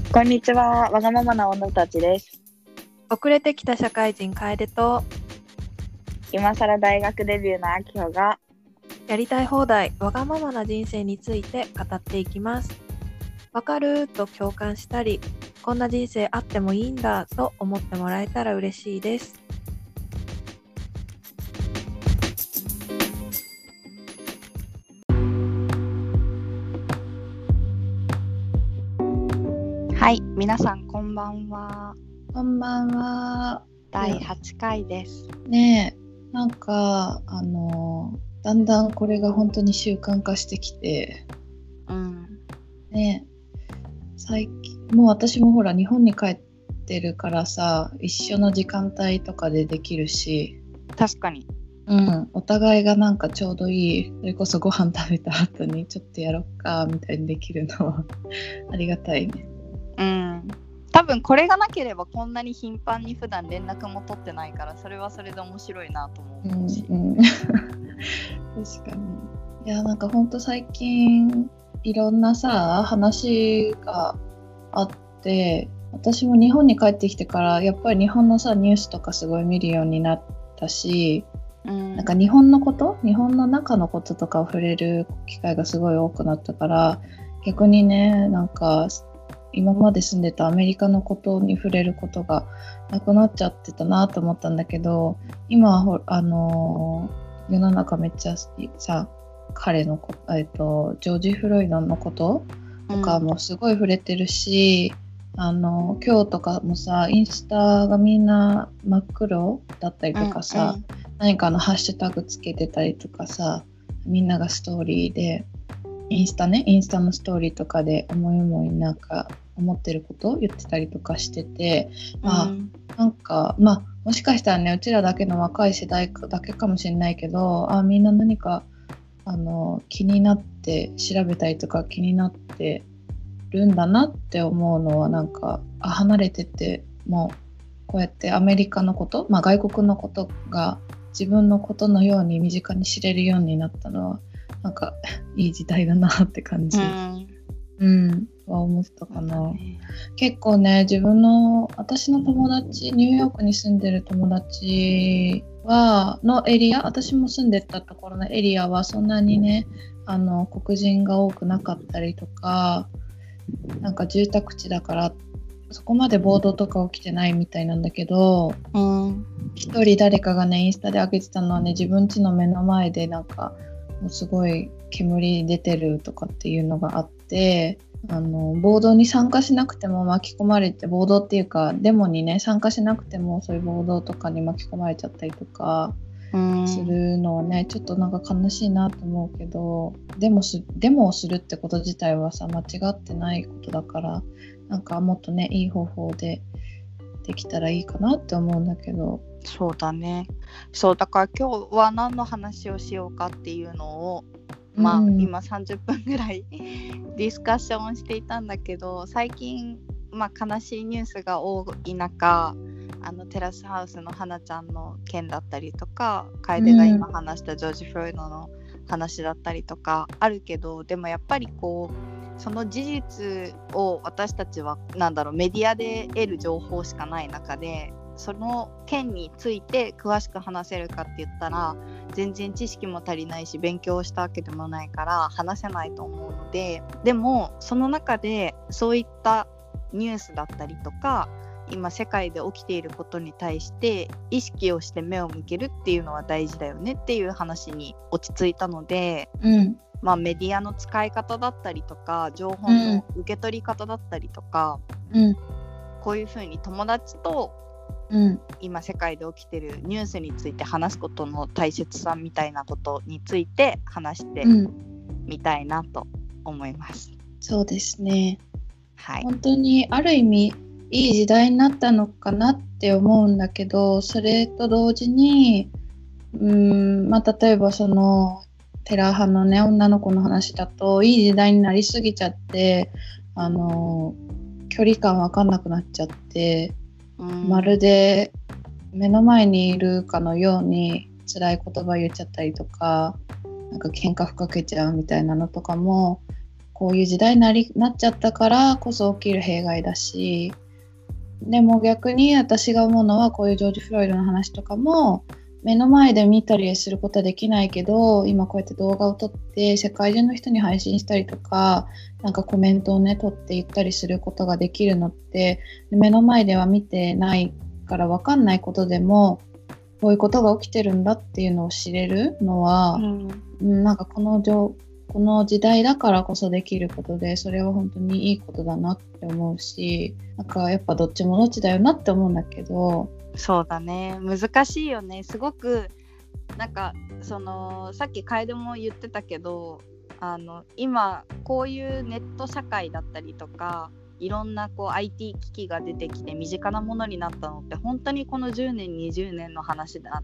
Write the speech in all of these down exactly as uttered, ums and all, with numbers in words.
こんにちは、わがままな女たちです。 遅れてきた社会人楓と今更大学デビューのあきほがやりたい放題わがままな人生について語っていきます。わかると共感したり、こんな人生あってもいいんだと思ってもらえたら嬉しいです。 はい、皆さんこんばんは。 こんばんは。 だいはちかいです。 ねえ、なんかあのだんだんこれが本当に習慣化してきて、 うん。 ねえ、最近もう私もほら日本に帰ってるからさ、一緒の時間帯とかでできるし、 確かに。 うん、お互いがなんかちょうどいい、それこそご飯食べた後にちょっとやろっかみたいにできるのはありがたいね。 うん。多分これがなければこんなに頻繁に普段連絡も取ってないから、それはそれで面白いなと思うし。 うんうん、確かに。いや、なんかほんと最近いろんなさ話があって、私も日本に帰ってきてからやっぱり日本のさニュースとかすごい見るようになったし、 うん、 なんか日本のこと日本の中のこととかを触れる機会がすごい多くなったから、逆にね、なんか今まで住んでたアメリカのことに触れることがなくなっちゃってたなと思ったんだけど、今はあのー、世の中めっちゃさ、彼のこ、えっと、ジョージ・フロイドのこととかもすごい触れてるし、うん、あの今日とかもさ、インスタがみんな真っ黒だったりとかさ、うんうん、何かのハッシュタグつけてたりとかさ、みんながストーリーでインスタね、インスタのストーリーとかで思い思いなんか思ってることを言ってたりとかしてて、まあ、うん、なんかまあもしかしたらね、うちらだけの若い世代だけかもしれないけど、あ、みんな何かあの気になって調べたりとか気になってるんだなって思うのは、なんかあ離れててもこうやってアメリカのこと、まあ、外国のことが自分のことのように身近に知れるようになったのはなんかいい時代だなって感じ、うん、うん、は思ったかな。ね、結構ね、自分の私の友達、ニューヨークに住んでる友達はのエリア、私も住んでたところのエリアはそんなにね、あの黒人が多くなかったりとか、なんか住宅地だからそこまで暴動とか起きてないみたいなんだけど、うん、一人誰かがねインスタで上げてたのはね、自分家の目の前でなんかもうすごい煙出てるとかっていうのがあって、あの暴動に参加しなくても巻き込まれて、暴動っていうかデモにね参加しなくてもそういう暴動とかに巻き込まれちゃったりとかするのはね、ちょっとなんか悲しいなと思うけど、デモすデモをするってこと自体はさ間違ってないことだから、なんかもっとねいい方法でできたらいいかなって思うんだけど。 そうだね。そうだから今日は何の話をしようかっていうのを、まあ、うん、今さんじゅっぷんぐらいディスカッションしていたんだけど、最近、まあ、悲しいニュースが多い中、あのテラスハウスの花ちゃんの件だったりとか、楓が今話したジョージ・フロイドの話だったりとかあるけど、でもやっぱりこうその事実を私たちはなんだろうメディアで得る情報しかない中で、その件について詳しく話せるかって言ったら全然知識も足りないし勉強したわけでもないから話せないと思うので、でもその中でそういったニュースだったりとか今世界で起きていることに対して意識をして目を向けるっていうのは大事だよねっていう話に落ち着いたので、うんまあ、メディアの使い方だったりとか情報の受け取り方だったりとか、うん、こういうふうに友達とうん、今世界で起きてるニュースについて話すことの大切さみたいなことについて話してみたいなと思います、 うん、そうですね、 はい、 本当にある意味いい時代になったのかなって思うんだけど、それと同時にうーん、まあ、例えばそのテラ派のね女の子の話だと、いい時代になりすぎちゃってあの距離感分かんなくなっちゃって、まるで目の前にいるかのように辛い言葉言っちゃったりとか、なんか喧嘩ふっかけちゃうみたいなのとかもこういう時代になりなっちゃったからこそ起きる弊害だし、でも逆に私が思うのはこういうジョージ・フロイドの話とかも目の前で見たりすることはできないけど、今こうやって動画を撮って世界中の人に配信したりとか、なんかコメントをね撮って言ったりすることができるのって、目の前では見てないから分かんないことでもこういうことが起きてるんだっていうのを知れるのは、うん、なんかこの状この時代だからこそできることで、それは本当にいいことだなって思うし、なんかやっぱどっちもどっちだよなって思うんだけど。 そうだね、難しいよね。すごくなんかそのさっき楓も言ってたけど、あの今こういうネット社会だったりとか、いろんなこう アイティー 機器が出てきて身近なものになったのって本当にこのじゅうねんにじゅうねんの話であって、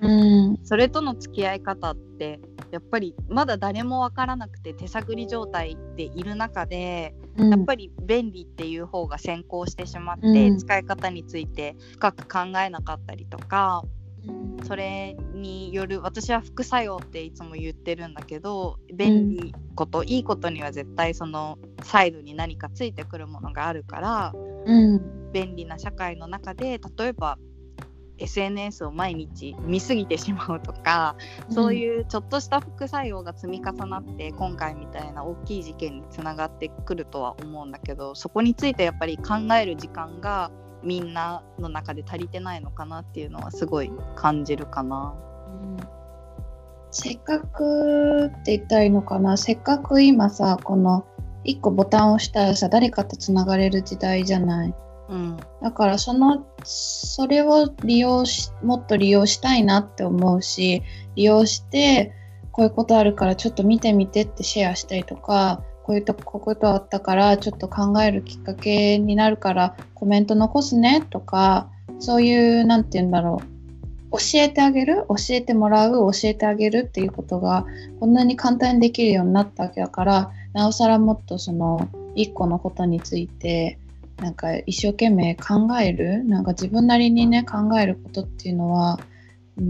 うん、 それとの付き合い方ってやっぱりまだ誰も分からなくて手探り状態でいる中で、うん、やっぱり便利っていう方が先行してしまって、うん、使い方について深く考えなかったりとか、それによる、私は副作用っていつも言ってるんだけど、便利こと、うん、いいことには絶対そのサイドに何かついてくるものがあるから、うん、便利な社会の中で例えば エスエヌエス を毎日見すぎてしまうとか、うん、そういうちょっとした副作用が積み重なって今回みたいな大きい事件につながってくるとは思うんだけど、そこについてやっぱり考える時間がみんなの中で足りてないのかなっていうのはすごい感じるかな、うん、 せっかくって言ったらいいのかな、せっかく今さこのいっこボタンを押したらさ誰かとつながれる時代じゃない、うん、だからそのそれを利用しもっと利用したいなって思うし、利用してこういうことあるからちょっと見てみてってシェアしたりとか、こういうとこういうことあったからちょっと考えるきっかけになるからコメント残すねとか、そういうなんて言うんだろう、教えてあげる教えてもらう教えてあげるっていうことがこんなに簡単にできるようになったわけだから、なおさらもっとその一個のことについてなんか一生懸命考える、なんか自分なりにね考えることっていうのは、うん、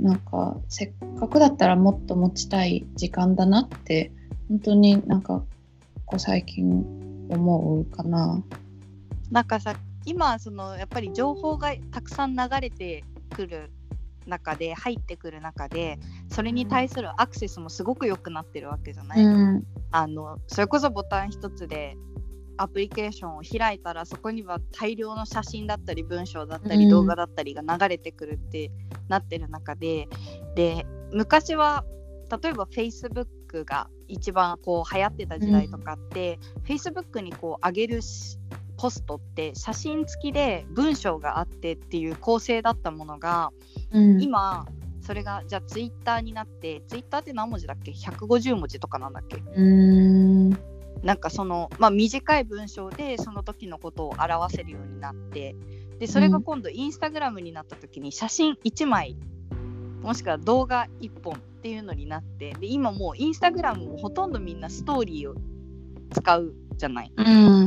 なんかせっかくだったらもっと持ちたい時間だなって本当になんか最近思うかな。 なんかさ、今そのやっぱり情報がたくさん流れてくる中で入ってくる中で、それに対するアクセスもすごく良くなってるわけじゃない、うん、あのそれこそボタン一つでアプリケーションを開いたらそこには大量の写真だったり文章だったり動画だったりが流れてくるってなってる中で、うん、で昔は例えば Facebook が一番こう流行ってた時代とかって、うん、Facebook にこう上げるポストって写真付きで文章があってっていう構成だったものが、うん、今それがじゃあ Twitter になって、Twitter って何文字だっけ、ひゃくごじゅうもじとかなんだっけ、うーんなんかその、まあ、短い文章でその時のことを表せるようになって、でそれが今度インスタグラムになった時に写真いちまいもしくは動画いっぽんっていうのになって、で今もうインスタグラムもほとんどみんなストーリーを使うじゃない、うん、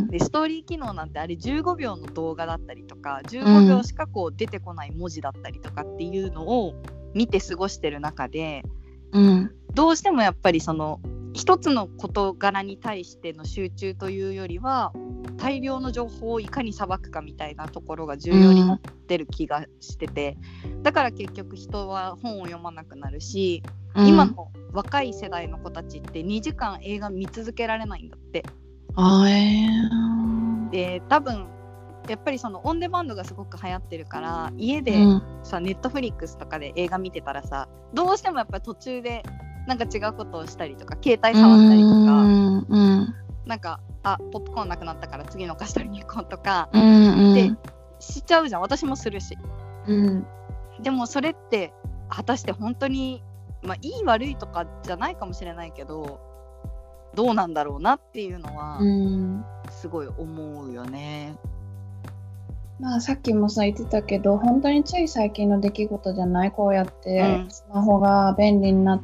でストーリー機能なんてあれじゅうごびょうの動画だったりとかじゅうごびょうしかこう出てこない文字だったりとかっていうのを見て過ごしてる中で、うん、どうしてもやっぱりその一つの事柄に対しての集中というよりは大量の情報をいかにさばくかみたいなところが重要になってる気がしてて、うん、だから結局人は本を読まなくなるし、うん、今の若い世代の子たちってにじかん映画見続けられないんだって。あーで多分やっぱりそのオンデマンドがすごく流行ってるから家でさ、うん、ネットフリックスとかで映画見てたらさ、どうしてもやっぱり途中でなんか違うことをしたりとか携帯触ったりとか、うんうん、なんかあポップコーンなくなったから次の貸し取りに行こうとか、うんうん、でしちゃうじゃん。私もするし、うん、でもそれって果たして本当に、まあ、いい悪いとかじゃないかもしれないけどどうなんだろうなっていうのはすごい思うよね。 まあ、さっきもさ言ってたけど本当につい最近の出来事じゃない、こうやってスマホが便利になって、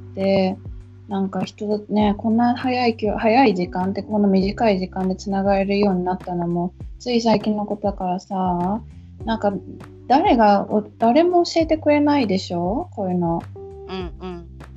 うん、なんか人ねこんな早い早い時間ってこんな短い時間でつながれるようになったのもつい最近のことだからさ、なんか誰が誰も教えてくれないでしょこういうの、うんうん、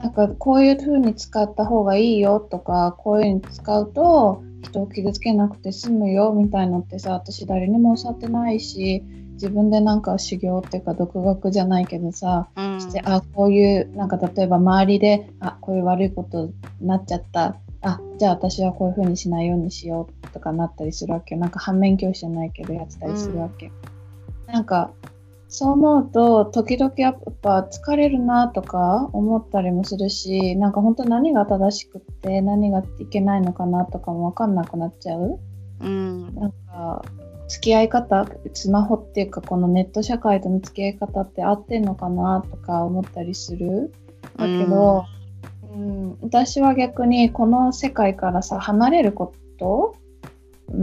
なんかこういう風に使った方がいいよとか、こういう風に使うと人を傷つけなくて済むよみたいのってさ、私誰にも教わってないし、自分でなんか修行っていうか独学じゃないけどさ、 うん、 して、あ、こういうなんか例えば周りであこういう悪いことになっちゃった、あじゃあ私はこういう風にしないようにしようとかなったりするわけよ。なんか反面教師じゃないけどやってたりするわけ、うん、なんかそう思うと時々やっぱ疲れるなとか思ったりもするし、なんか本当何が正しくって何がいけないのかなとかも分かんなくなっちゃう、 うん、 なんか付き合い方、スマホっていうかこのネット社会との付き合い方って合ってんのかなとか思ったりするだけど、うん、私は逆にこの世界からさ離れること、うん、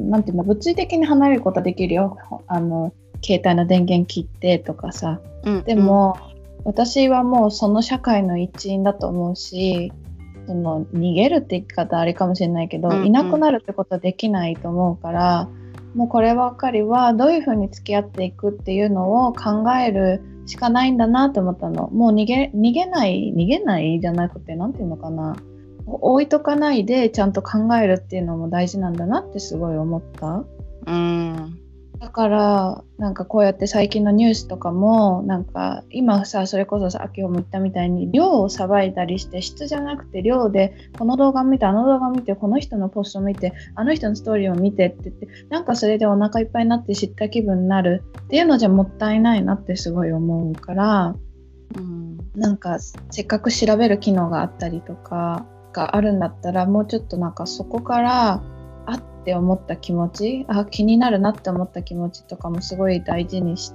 なんていうの、物理的に離れることはできるよ。あの携帯の電源切ってとかさ、うん、でも、うん、私はもうその社会の一員だと思うし、その逃げるって言い方あれかもしれないけど、うんうん、いなくなるってことはできないと思うから、もうこればっかりはどういうふうに付き合っていくっていうのを考えるしかないんだなと思ったの。もう逃げ、逃げない逃げないじゃなくて、なんていうのかな、置いとかないでちゃんと考えるっていうのも大事なんだなってすごい思った。 うん、 だからなんかこうやって最近のニュースとかもなんか今さ、それこそさ、今日も言ったみたいに量をさばいたりして、質じゃなくて量で、この動画見てあの動画見てこの人のポスト見てあの人のストーリーを見てって言って、なんかそれでお腹いっぱいになって知った気分になるっていうのじゃもったいないなってすごい思うから、うん、なんかせっかく調べる機能があったりとかがあるんだったら、もうちょっとなんかそこからあって思った気持ち、あ気になるなって思った気持ちとかもすごい大事にして、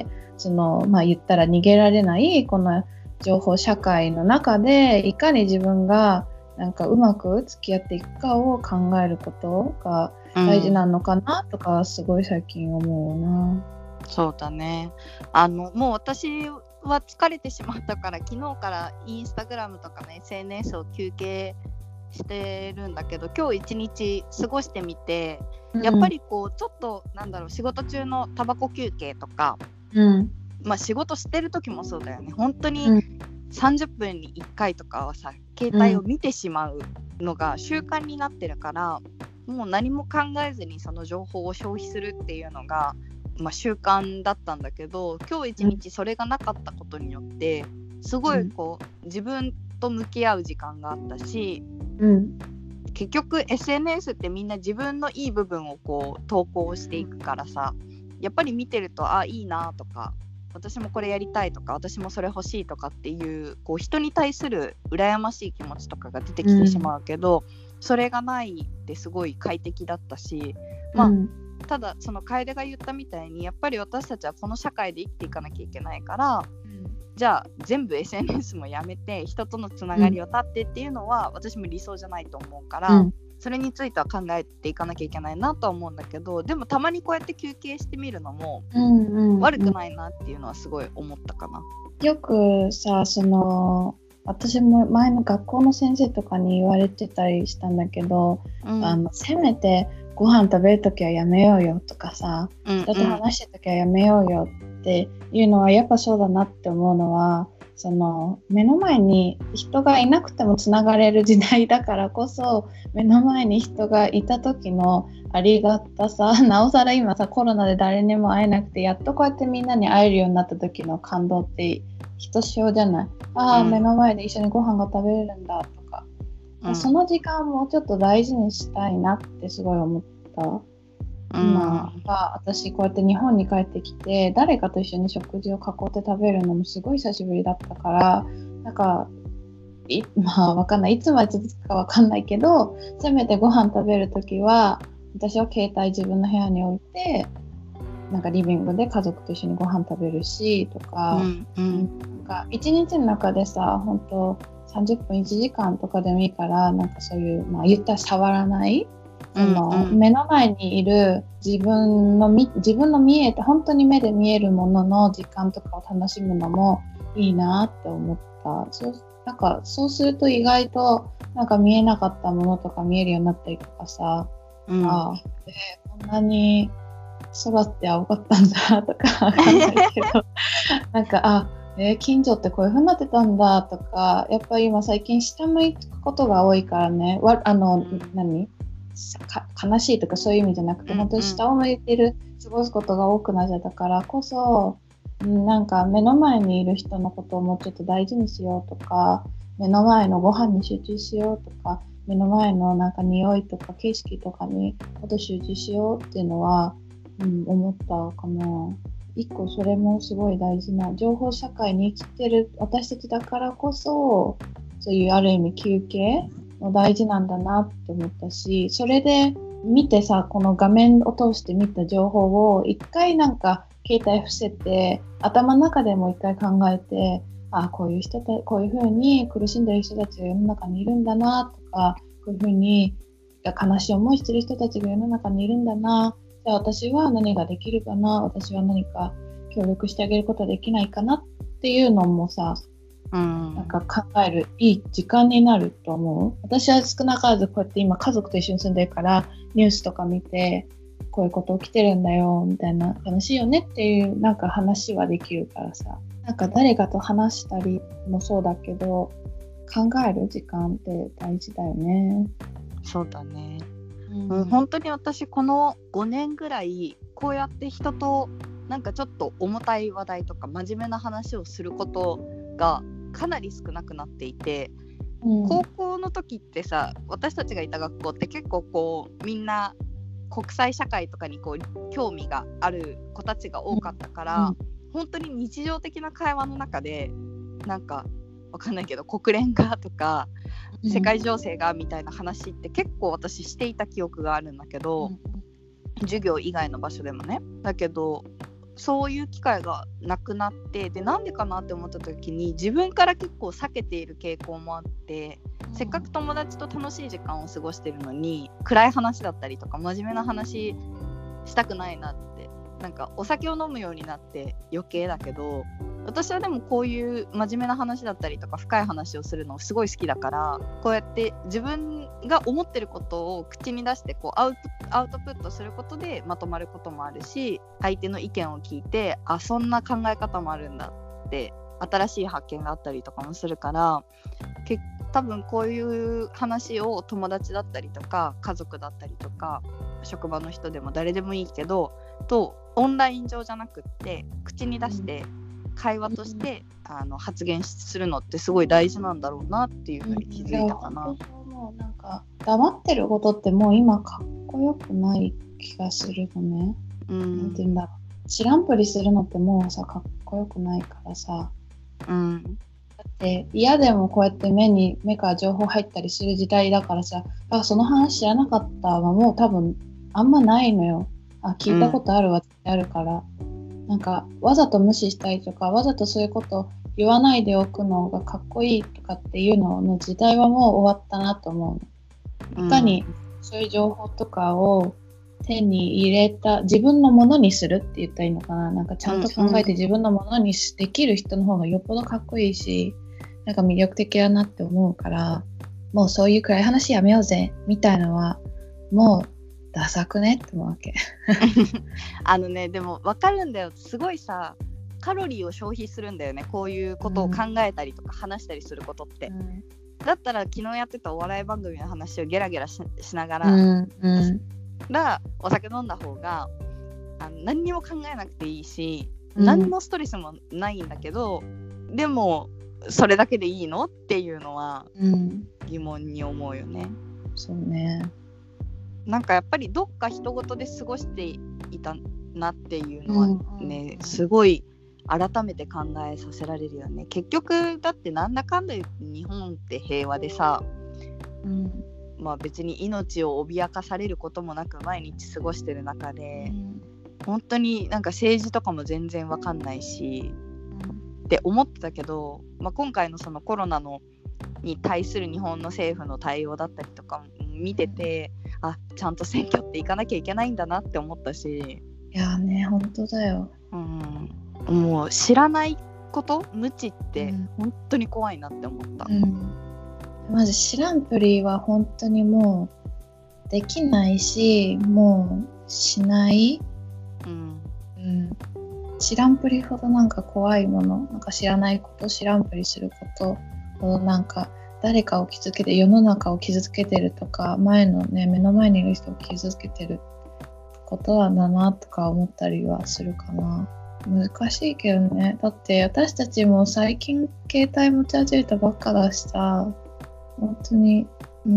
そのまあ言ったら逃げられないこの情報社会の中でいかに自分がなんかうまく付き合っていくかを考えることが大事なのかなとかすごい最近思うな、うん、 そうだね。あのもう私は疲れてしまったから、昨日からインスタグラムとかの エスエヌエス を休憩してるんだけど、今日一日過ごしてみて、うん、やっぱりこうちょっとなんだろう、仕事中のタバコ休憩とか、うん、まあ仕事してる時もそうだよね。本当にさんじゅっぷんにいっかいとかはさ、携帯を見てしまうのが習慣になってるから、うん、もう何も考えずにその情報を消費するっていうのが、まあ、習慣だったんだけど、今日一日それがなかったことによってすごいこう、うん、自分と向き合う時間があったし、うん、結局 エスエヌエス ってみんな自分のいい部分をこう投稿していくからさ、やっぱり見てるとあいいなとか、私もこれやりたいとか、私もそれ欲しいとかっていう、こう人に対する羨ましい気持ちとかが出てきてしまうけど、うん、それがないってすごい快適だったし、まあ、うん、ただその楓が言ったみたいにやっぱり私たちはこの社会で生きていかなきゃいけないから、じゃあ全部 エスエヌエス もやめて人とのつながりを断ってっていうのは、うん、私も理想じゃないと思うから、うん、それについては考えていかなきゃいけないなとは思うんだけど、でもたまにこうやって休憩してみるのも悪くないなっていうのはすごい思ったかな。 よくさ、その私も前の学校の先生とかに言われてたりしたんだけど、うん、あのせめてご飯食べるときはやめようよとかさ、うんうん、人と話してるときはやめようよっていうのはやっぱそうだなって思うのは、その目の前に人がいなくてもつながれる時代だからこそ、目の前に人がいた時のありがたさ、なおさら今さコロナで誰にも会えなくてやっとこうやってみんなに会えるようになった時の感動ってひとしおじゃない。ああ、うん、目の前で一緒にご飯が食べれるんだとか、うん、その時間もちょっと大事にしたいなってすごい思った。今は私こうやって日本に帰ってきて誰かと一緒に食事を囲って食べるのもすごい久しぶりだったから、なんかいまあわかんない、いつまで続くかわかんないけど、せめてご飯食べるときは私は携帯自分の部屋に置いて、なんかリビングで家族と一緒にご飯食べるしとか、うんうん、なんか一日の中でさ、本当さんじゅっぷんいちじかんとかでもいいから、なんかそういうまあ言ったら触らないそのうんうん、目の前にいる自分のみ自分の見えて本当に目で見えるものの時間とかを楽しむのもいいなって思った。そうなんかそうすると意外となんか見えなかったものとか見えるようになったりとかさ、うん、あでこんなに空って青かったんだとかわかんないけどなんかあえー、近所ってこういう風になってたんだとか、やっぱり今最近下向いくことが多いからね、わあの、うん、何か悲しいとかそういう意味じゃなくて、うんうん、本当に下を向いてる過ごすことが多くなっちゃったからこそ、うん、なんか目の前にいる人のことをもうちょっと大事にしようとか、目の前のご飯に集中しようとか、目の前のなんか匂いとか景色とかにもっと集中しようっていうのは、うん、思ったかな。一個それもすごい大事な、情報社会に生きてる私たちだからこそ、そういうある意味休憩も大事なんだなって思ったし、それで見てさ、この画面を通して見た情報を一回なんか携帯伏せて頭の中でもう一回考えて、あ、こういう人たこういう風に苦しんでる人たちが世の中にいるんだなとか、こういう風に悲しい思いしてる人たちが世の中にいるんだな、じゃあ私は何ができるかな、私は何か協力してあげることはできないかなっていうのもさ、うん、なんか考えるいい時間になると思う。私は少なからずこうやって今家族と一緒に住んでるからニュースとか見て、こういうこと起きてるんだよみたいな、楽しいよねっていうなんか話はできるからさ、なんか誰かと話したりもそうだけど、考える時間って大事だよね。 そうだね、うん、もう本当に私このごねんぐらいこうやって人となんかちょっと重たい話題とか真面目な話をすることがかなり少なくなっていて、うん、高校の時ってさ、私たちがいた学校って結構こうみんな国際社会とかにこう興味がある子たちが多かったから、うん、本当に日常的な会話の中でなんかわかんないけど国連がとか世界情勢がみたいな話って結構私していた記憶があるんだけど、うん、授業以外の場所でもね。だけどそういう機会がなくなって、でなんでかなって思った時に自分から結構避けている傾向もあって、うん、せっかく友達と楽しい時間を過ごしてるのに暗い話だったりとか真面目な話したくないなって、なんかお酒を飲むようになって余計だけど、私はでもこういう真面目な話だったりとか深い話をするのすごい好きだから、こうやって自分が思ってることを口に出してこうアウト、アウトプットすることでまとまることもあるし、相手の意見を聞いて、あ、そんな考え方もあるんだって新しい発見があったりとかもするから、け多分こういう話を友達だったりとか家族だったりとか職場の人でも誰でもいいけどとオンライン上じゃなくって口に出して会話として、うん、あの発言するのってすごい大事なんだろうなっていうふうに気づいたかな。 もうなんか黙ってることってもう今かっこよくない気がするのね、うん、なんて言うんだろう、知らんぷりするのってもうさかっこよくないからさ、うん、だって嫌でもこうやって目に目から情報入ったりする時代だからさ、あ、その話知らなかったはもう多分あんまないのよ。あ、聞いたことあるわってあるから、うん、なんかわざと無視したりとかわざとそういうこと言わないでおくのがかっこいいとかっていうのの時代はもう終わったなと思う。いかにそういう情報とかを手に入れた自分のものにするって言ったらいいのかな、なんかちゃんと考えて自分のものにできる人の方がよっぽどかっこいいし、なんか魅力的だなって思うから、もうそういう暗い話やめようぜみたいなのはもうダサくねって思うわけあのね、でも分かるんだよ。すごいさカロリーを消費するんだよね、こういうことを考えたりとか話したりすることって、うん、だったら昨日やってたお笑い番組の話をゲラゲラ し, しながら、うんうん、らお酒飲んだ方があの何にも考えなくていいし、うん、何のストレスもないんだけど、でもそれだけでいいのっていうのは疑問に思うよね、 うん、そうね。 なんかやっぱりどっか人事で過ごしていたなっていうのはね、うん、すごい改めて考えさせられるよね。結局だってなんだかんだ言って日本って平和でさ、うん、まあ別に命を脅かされることもなく毎日過ごしてる中で、うん、本当になんか政治とかも全然わかんないし、うん、って思ってたけど、まあ、今回のそのコロナのに対する日本の政府の対応だったりとか見てて、あ、ちゃんと選挙って行かなきゃいけないんだなって思ったし。 いやね、本当だよ、 うん、もう知らないこと無知って本当に怖いなって思った、うんうん、 まず知らんぷりは本当にもうできないし、もうしない、うんうん、 知らんぷりほどなんか怖いもの、なんか知らないこと、知らんぷりすることほどなんか誰かを傷つけて、世の中を傷つけてるとか、前のね、目の前にいる人を傷つけてることなんだなとか思ったりはするかな。難しいけどね。だって私たちも最近携帯持ち始めたばっかだしさ、本当に、うん、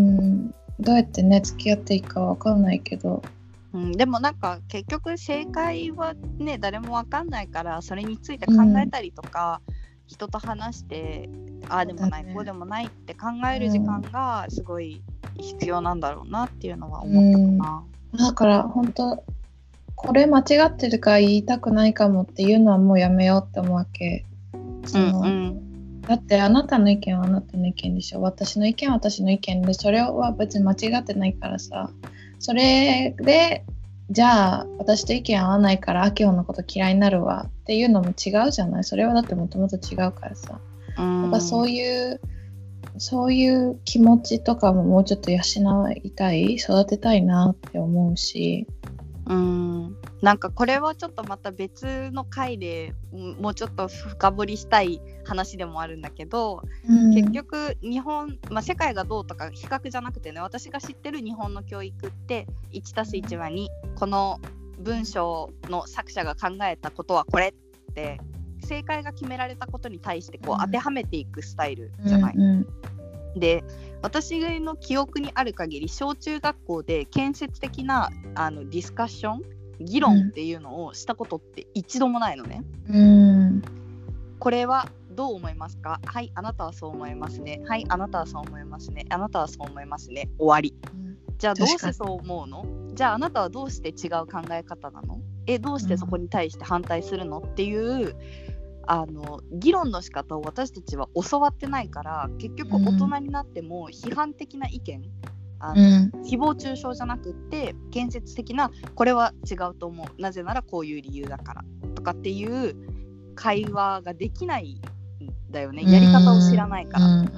どうやってね付き合っていいかわかんないけど、 うん、でもなんか結局正解はね誰もわかんないから、それについて考えたりとか、うん、人と話してああでもない、ね、こうでもないって考える時間がすごい必要なんだろうなっていうのは思ったかな、 うん、だから本当これ間違ってるから言いたくないかもっていうのはもうやめようって思うわけ。その、うんうん、だってあなたの意見はあなたの意見でしょ、私の意見は私の意見で、それは別に間違ってないからさ、それでじゃあ私と意見合わないからアキホのこと嫌いになるわっていうのも違うじゃない。それはだってもともと違うからさ、うん、やっぱそういうそういう気持ちとかももうちょっと養いたい、育てたいなって思うし、 うん、なんかこれはちょっとまた別の回でもうちょっと深掘りしたい話でもあるんだけど、うん、結局日本、まあ、世界がどうとか比較じゃなくてね、私が知ってる日本の教育って いちたすいち はに、この文章の作者が考えたことはこれって正解が決められたことに対してこう当てはめていくスタイルじゃない、うんうん、で私の記憶にある限り小中学校で建設的なあのディスカッション議論っていうのをしたことって一度もないのね、うん、これはどう思いますか、はいあなたはそう思いますね、はいあなたはそう思いますね、あなたはそう思いますね、終わり、うん、じゃあどうしてそう思うの、じゃああなたはどうして違う考え方なの、えどうしてそこに対して反対するのっていうあの議論の仕方を私たちは教わってないから、結局大人になっても批判的な意見、うん、あの誹謗中傷じゃなくって建設的なこれは違うと思う、なぜならこういう理由だからとかっていう会話ができないんだよね、やり方を知らないから、うんうん、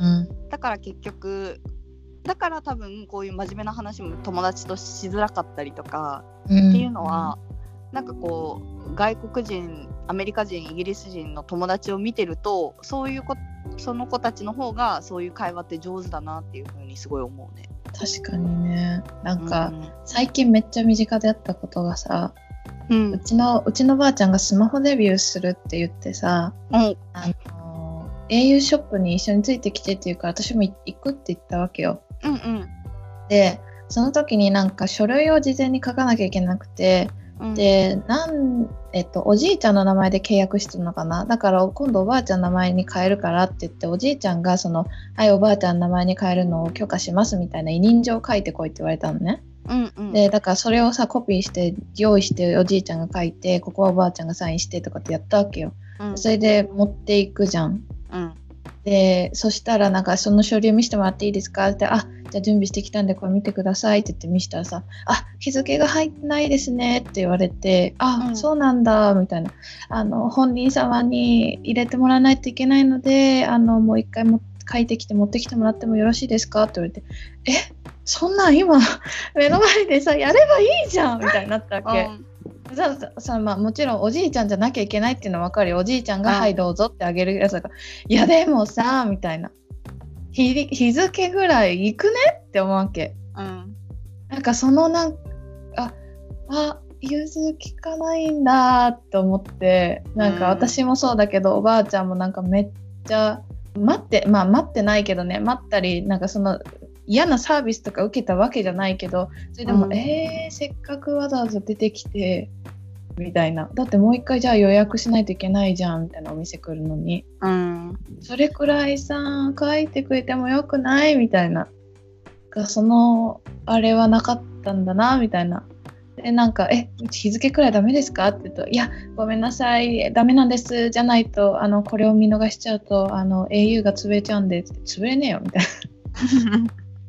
だから結局だから多分こういう真面目な話も友達としづらかったりとか、うん、っていうのはなんかこう外国人アメリカ人イギリス人の友達を見てると、そういう子その子たちの方がそういう会話って上手だなっていう風にすごい思うね。 確かにね。なんか、うん、最近めっちゃ身近であったことがさ、うん、うちのうちのばあちゃんがスマホデビューするって言ってさ、うん、あの エーユー ショップに一緒についてきてって言うから私も行くって言ったわけよ、うんうん、でその時になんか書類を事前に書かなきゃいけなくて、うん、でなんえっとおじいちゃんの名前で契約してるのかな、だから今度おばあちゃんの名前に変えるからって言って、おじいちゃんがそのはいおばあちゃんの名前に変えるのを許可しますみたいな委任状を書いてこいって言われたのね、うんうん、でだからそれをさコピーして用意しておじいちゃんが書いて、ここはおばあちゃんがサインしてとかってやったわけよ、うん、それで持っていくじゃん、うん、でそしたらなんかその書類見せてもらっていいですかって、あじゃあ準備してきたんでこれ見てくださいって言って見せたらさ、あ日付が入ってないですねって言われて、あ、うん、そうなんだみたいな、あの本人様に入れてもらわないといけないので、あのもう一回も書いてきて持ってきてもらってもよろしいですかって言われて、えそんなん今目の前でさやればいいじゃんみたいになったわけ、うん、ささまあ、もちろんおじいちゃんじゃなきゃいけないっていうのは分かるよ、おじいちゃんがはいどうぞってあげるやつだから、いやでもさみたいな、日, 日付ぐらい行くねって思うわけ、うん、なんかそのなんああ融通きかないんだって思って、なんか私もそうだけど、うん、おばあちゃんもなんかめっちゃ待ってまあ待ってないけどね、待ったりなんかその嫌なサービスとか受けたわけじゃないけど、それでも、うん、えー、せっかくわざわざ出てきてみたいな、だってもう一回じゃあ予約しないといけないじゃんみたいな、お店来るのに、うん、それくらいさ書いてくれてもよくないみたいな、そのあれはなかったんだなみたいな、でなんかえ日付くらいダメですかって言うと、いやごめんなさいダメなんです、じゃないとあのこれを見逃しちゃうとあの エーユー が潰れちゃうんでって、潰れねえよみたいな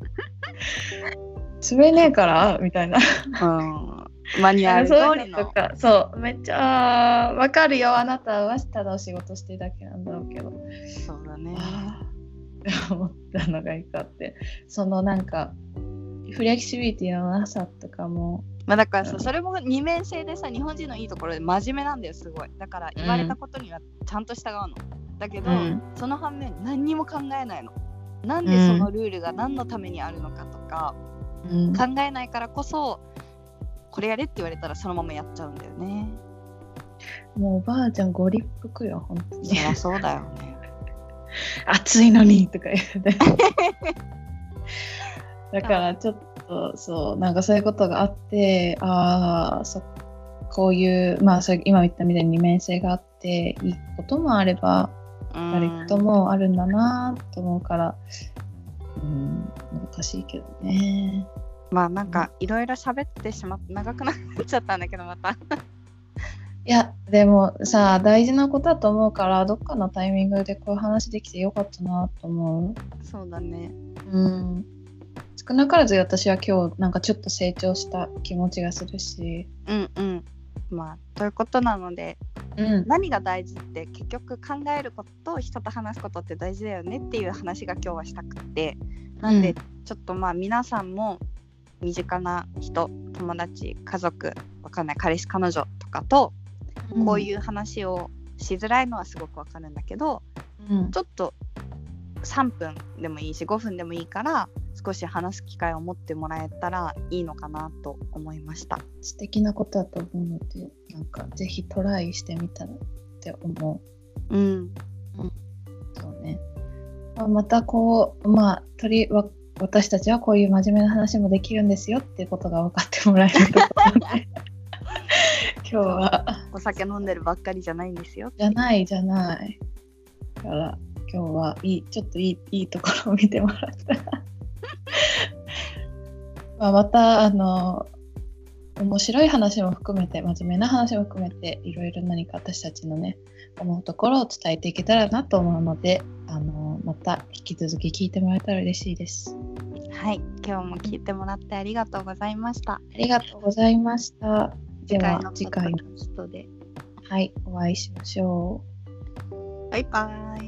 潰れねえからみたいな、うんマニュアル通りの、そういうのとか、そうめっちゃわかるよ、あなたはただお仕事してるだけなんだろうけど、 そうだね思ったのがいいかって、そのなんかフレキシビリティのなさとかも、 まあだからさ、 うんそれも二面性でさ、日本人のいいところで真面目なんだよ、すごい。だから言われたことにはちゃんと従うの。だけど、 うんその反面何にも考えないの。なんでそのルールが何のためにあるのかとか、 うん、 考えないからこそ、これやれって言われたらそのままやっちゃうんだよね。 もうおばあちゃんご立腹よ、本当に。 そりゃそうだよね。 暑いのにとか言ってだからちょっとそうなんかそういうことがあって、ああそこういうまあそれ今言ったみたいに二面性があっていいこともあれば悪いこともあるんだなと思うから、うん、難しいけどね。 まあなんかいろいろ喋ってしまって長くなっちゃったんだけど、またいやでもさ大事なことだと思うから、どっかのタイミングでこういう話できてよかったなと思う。 そうだね。 うん少なからず私は今日なんかちょっと成長した気持ちがするし、 うんうん。まあということなので、 うん、 何が大事って結局考えることと人と話すことって大事だよねっていう話が今日はしたくて、なんでちょっとまあ皆さんも身近な人、友達、家族、わかんない彼氏彼女とかとこういう話をしづらいのはすごくわかるんだけど、 うん、 ちょっとさんぷんでもいいしごふんでもいいから少し話す機会を持ってもらえたらいいのかなと思いました。 素敵なことだと思うので、なんかぜひトライしてみたらって思う。うん。うん、 そうね。まあ、またこうまあ取りわ私たちはこういう真面目な話もできるんですよっていうことが分かってもらえると思うので今日はお酒飲んでるばっかりじゃないんですよ。 じゃないじゃないだから今日はいいちょっといいいいところを見てもらったらまあまたあの面白い話も含めて真面目な話も含めていろいろ何か私たちのね思うところを伝えていけたらなと思うので、あのまた引き続き聞いてもらえたら嬉しいです。 はい、今日も聞いてもらってありがとうございました。 ありがとうございました。では次回のポッドキャストではいお会いしましょう。 バイバイ。